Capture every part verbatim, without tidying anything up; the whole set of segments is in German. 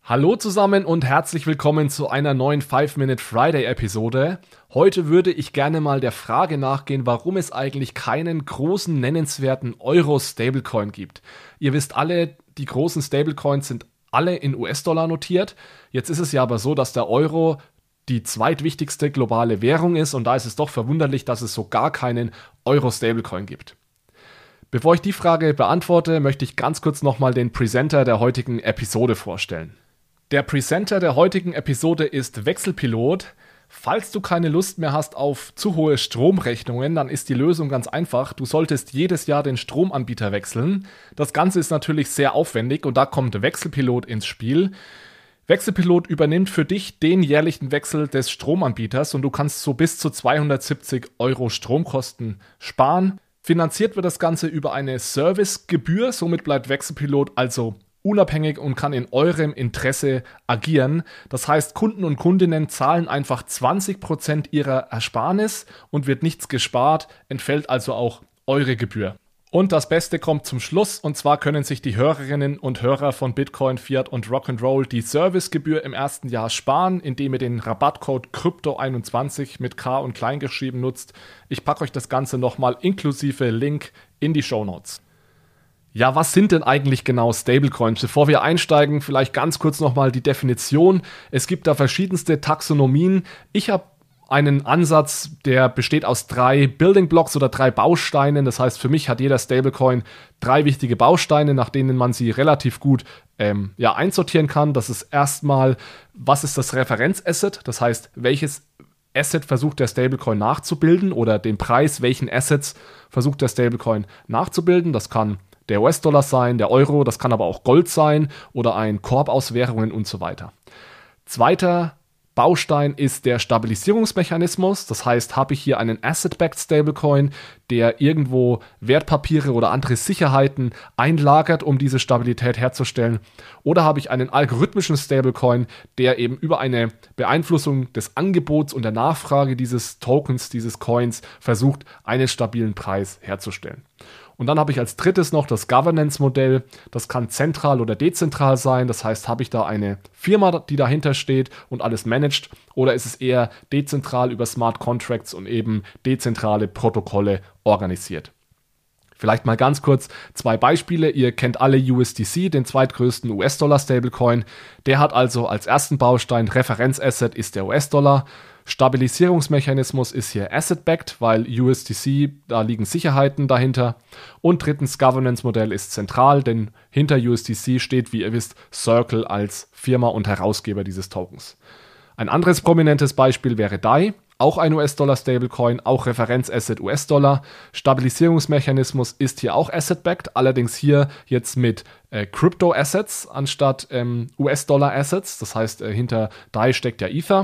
Hallo zusammen und herzlich willkommen zu einer neuen five minute Friday Episode. Heute würde ich gerne mal der Frage nachgehen, warum es eigentlich keinen großen nennenswerten Euro-Stablecoin gibt. Ihr wisst alle, die großen Stablecoins sind alle in U S-Dollar notiert. Jetzt ist es ja aber so, dass der Euro die zweitwichtigste globale Währung ist und da ist es doch verwunderlich, dass es so gar keinen Euro-Stablecoin gibt. Bevor ich die Frage beantworte, möchte ich ganz kurz nochmal den Presenter der heutigen Episode vorstellen. Der Presenter der heutigen Episode ist Wechselpilot. Falls du keine Lust mehr hast auf zu hohe Stromrechnungen, dann ist die Lösung ganz einfach. Du solltest jedes Jahr den Stromanbieter wechseln. Das Ganze ist natürlich sehr aufwendig und da kommt Wechselpilot ins Spiel. Wechselpilot übernimmt für dich den jährlichen Wechsel des Stromanbieters und du kannst so bis zu zweihundertsiebzig Euro Stromkosten sparen. Finanziert wird das Ganze über eine Servicegebühr, somit bleibt Wechselpilot also unabhängig und kann in eurem Interesse agieren. Das heißt, Kunden und Kundinnen zahlen einfach zwanzig Prozent ihrer Ersparnis und wird nichts gespart, entfällt also auch eure Gebühr. Und das Beste kommt zum Schluss, und zwar können sich die Hörerinnen und Hörer von Bitcoin, Fiat und Rock'n'Roll die Servicegebühr im ersten Jahr sparen, indem ihr den Rabattcode Krypto einundzwanzig mit K und klein geschrieben nutzt. Ich packe euch das Ganze nochmal inklusive Link in die Shownotes. Ja, was sind denn eigentlich genau Stablecoins? Bevor wir einsteigen, vielleicht ganz kurz nochmal die Definition. Es gibt da verschiedenste Taxonomien. Ich habe einen Ansatz, der besteht aus drei Building Blocks oder drei Bausteinen. Das heißt, für mich hat jeder Stablecoin drei wichtige Bausteine, nach denen man sie relativ gut ähm, ja, einsortieren kann. Das ist erstmal, was ist das Referenzasset? Das heißt, welches Asset versucht der Stablecoin nachzubilden oder den Preis, welchen Assets versucht der Stablecoin nachzubilden. Das kann der U S-Dollar sein, der Euro, das kann aber auch Gold sein oder ein Korb aus Währungen und so weiter. Zweiter Baustein ist der Stabilisierungsmechanismus. Das heißt, habe ich hier einen Asset-Backed Stablecoin, der irgendwo Wertpapiere oder andere Sicherheiten einlagert, um diese Stabilität herzustellen. Oder habe ich einen algorithmischen Stablecoin, der eben über eine Beeinflussung des Angebots und der Nachfrage dieses Tokens, dieses Coins versucht, einen stabilen Preis herzustellen. Und dann habe ich als drittes noch das Governance-Modell. Das kann zentral oder dezentral sein. Das heißt, habe ich da eine Firma, die dahinter steht und alles managt, oder ist es eher dezentral über Smart Contracts und eben dezentrale Protokolle organisiert? Vielleicht mal ganz kurz zwei Beispiele. Ihr kennt alle U S D C, den zweitgrößten U S-Dollar-Stablecoin. Der hat also als ersten Baustein Referenzasset ist der U S-Dollar. Stabilisierungsmechanismus ist hier Asset-Backed, weil U S D C, da liegen Sicherheiten dahinter. Und drittens, Governance-Modell ist zentral, denn hinter U S D C steht, wie ihr wisst, Circle als Firma und Herausgeber dieses Tokens. Ein anderes prominentes Beispiel wäre D A I, auch ein U S-Dollar-Stablecoin, auch Referenzasset U S-Dollar. Stabilisierungsmechanismus ist hier auch Asset-Backed, allerdings hier jetzt mit äh, Crypto-Assets anstatt ähm, U S-Dollar-Assets. Das heißt, äh, hinter D A I steckt ja Ether.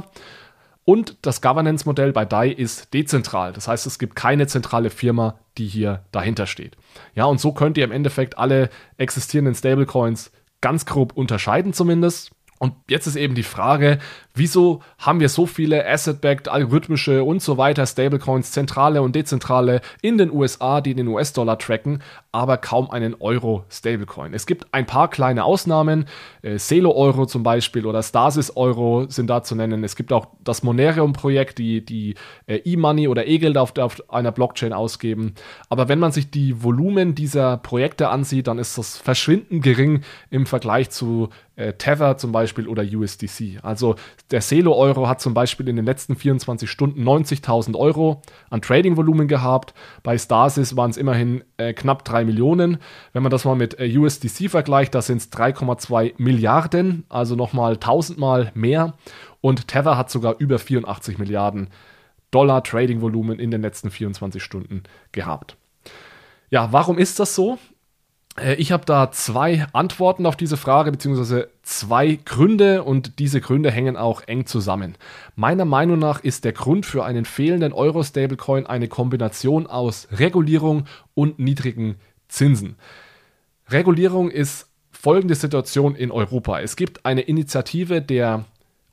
Und das Governance-Modell bei D A I ist dezentral. Das heißt, es gibt keine zentrale Firma, die hier dahinter steht. Ja, und so könnt ihr im Endeffekt alle existierenden Stablecoins ganz grob unterscheiden zumindest. Und jetzt ist eben die Frage, wieso haben wir so viele Asset-Backed, algorithmische und so weiter Stablecoins, zentrale und dezentrale in den U S A, die den U S-Dollar tracken, aber kaum einen Euro-Stablecoin. Es gibt ein paar kleine Ausnahmen, äh, Celo-Euro zum Beispiel oder Stasis-Euro sind da zu nennen. Es gibt auch das Monerium-Projekt, die, die äh, E-Money oder E-Geld auf, auf einer Blockchain ausgeben. Aber wenn man sich die Volumen dieser Projekte ansieht, dann ist das verschwindend gering im Vergleich zu äh, Tether zum Beispiel oder U S D C. Also der Celo-Euro hat zum Beispiel in den letzten vierundzwanzig Stunden neunzigtausend Euro an Trading-Volumen gehabt. Bei Stasis waren es immerhin äh, knapp drei Millionen. Wenn man das mal mit äh, U S D C vergleicht, da sind es drei Komma zwei Milliarden, also nochmal tausendmal mehr. Und Tether hat sogar über vierundachtzig Milliarden Dollar Trading-Volumen in den letzten vierundzwanzig Stunden gehabt. Ja, warum ist das so? Ich habe da zwei Antworten auf diese Frage, beziehungsweise zwei Gründe, und diese Gründe hängen auch eng zusammen. Meiner Meinung nach ist der Grund für einen fehlenden Euro-Stablecoin eine Kombination aus Regulierung und niedrigen Zinsen. Regulierung ist folgende Situation in Europa. Es gibt eine Initiative der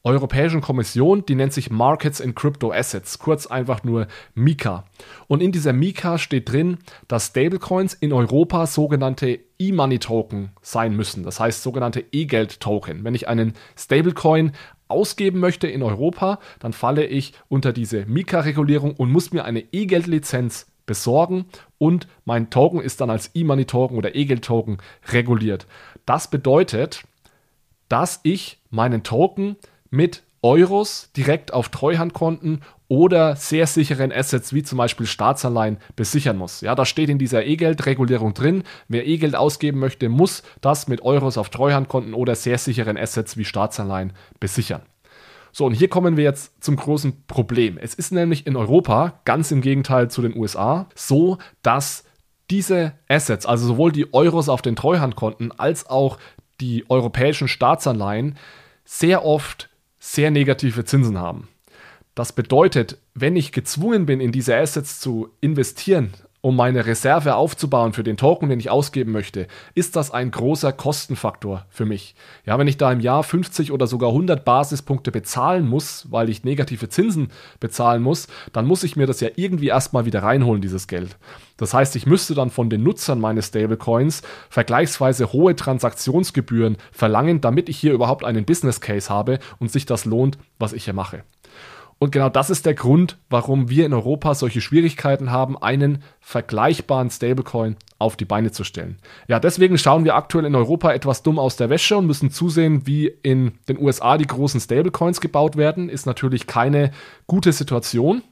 Europäischen Kommission, die nennt sich Markets in Crypto Assets, kurz einfach nur MiCA. Und in dieser MiCA steht drin, dass Stablecoins in Europa sogenannte E-Money-Token sein müssen, das heißt sogenannte E-Geld-Token. Wenn ich einen Stablecoin ausgeben möchte in Europa, dann falle ich unter diese MiCA-Regulierung und muss mir eine E-Geld-Lizenz besorgen und mein Token ist dann als E-Money-Token oder E-Geld-Token reguliert. Das bedeutet, dass ich meinen Token mit Euros direkt auf Treuhandkonten oder sehr sicheren Assets wie zum Beispiel Staatsanleihen besichern muss. Ja, das steht in dieser E-Geld-Regulierung drin. Wer E-Geld ausgeben möchte, muss das mit Euros auf Treuhandkonten oder sehr sicheren Assets wie Staatsanleihen besichern. So, und hier kommen wir jetzt zum großen Problem. Es ist nämlich in Europa, ganz im Gegenteil zu den U S A, so, dass diese Assets, also sowohl die Euros auf den Treuhandkonten als auch die europäischen Staatsanleihen, sehr oft sehr negative Zinsen haben. Das bedeutet, wenn ich gezwungen bin, in diese Assets zu investieren, um meine Reserve aufzubauen für den Token, den ich ausgeben möchte, ist das ein großer Kostenfaktor für mich. Ja, wenn ich da im Jahr fünfzig oder sogar hundert Basispunkte bezahlen muss, weil ich negative Zinsen bezahlen muss, dann muss ich mir das ja irgendwie erstmal wieder reinholen, dieses Geld. Das heißt, ich müsste dann von den Nutzern meines Stablecoins vergleichsweise hohe Transaktionsgebühren verlangen, damit ich hier überhaupt einen Business Case habe und sich das lohnt, was ich hier mache. Und genau das ist der Grund, warum wir in Europa solche Schwierigkeiten haben, einen vergleichbaren Stablecoin auf die Beine zu stellen. Ja, deswegen schauen wir aktuell in Europa etwas dumm aus der Wäsche und müssen zusehen, wie in den U S A die großen Stablecoins gebaut werden. Ist natürlich keine gute Situation.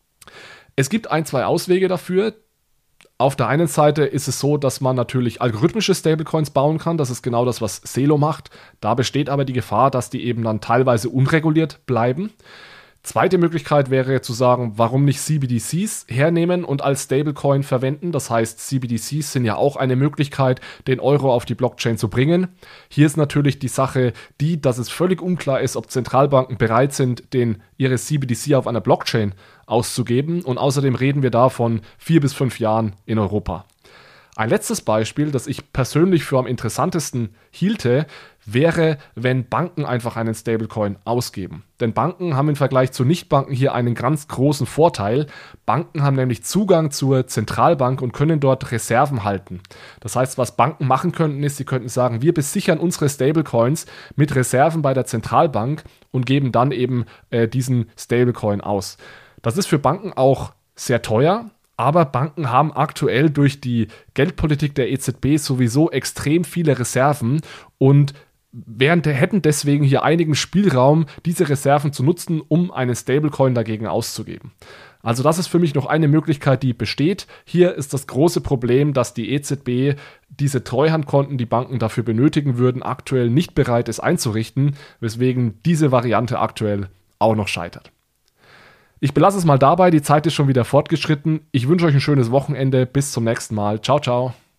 Es gibt ein, zwei Auswege dafür. Auf der einen Seite ist es so, dass man natürlich algorithmische Stablecoins bauen kann. Das ist genau das, was Celo macht. Da besteht aber die Gefahr, dass die eben dann teilweise unreguliert bleiben. Zweite Möglichkeit wäre zu sagen, warum nicht C B D Cs hernehmen und als Stablecoin verwenden. Das heißt, C B D Cs sind ja auch eine Möglichkeit, den Euro auf die Blockchain zu bringen. Hier ist natürlich die Sache die, dass es völlig unklar ist, ob Zentralbanken bereit sind, den, ihre C B D C auf einer Blockchain auszugeben. Und außerdem reden wir da von vier bis fünf Jahren in Europa. Ein letztes Beispiel, das ich persönlich für am interessantesten hielte, wäre, wenn Banken einfach einen Stablecoin ausgeben. Denn Banken haben im Vergleich zu Nichtbanken hier einen ganz großen Vorteil. Banken haben nämlich Zugang zur Zentralbank und können dort Reserven halten. Das heißt, was Banken machen könnten, ist, sie könnten sagen, wir besichern unsere Stablecoins mit Reserven bei der Zentralbank und geben dann eben äh, diesen Stablecoin aus. Das ist für Banken auch sehr teuer. Aber Banken haben aktuell durch die Geldpolitik der E Z B sowieso extrem viele Reserven und während hätten deswegen hier einigen Spielraum, diese Reserven zu nutzen, um einen Stablecoin dagegen auszugeben. Also das ist für mich noch eine Möglichkeit, die besteht. Hier ist das große Problem, dass die E Z B diese Treuhandkonten, die Banken dafür benötigen würden, aktuell nicht bereit ist einzurichten, weswegen diese Variante aktuell auch noch scheitert. Ich belasse es mal dabei, die Zeit ist schon wieder fortgeschritten. Ich wünsche euch ein schönes Wochenende. Bis zum nächsten Mal. Ciao, ciao.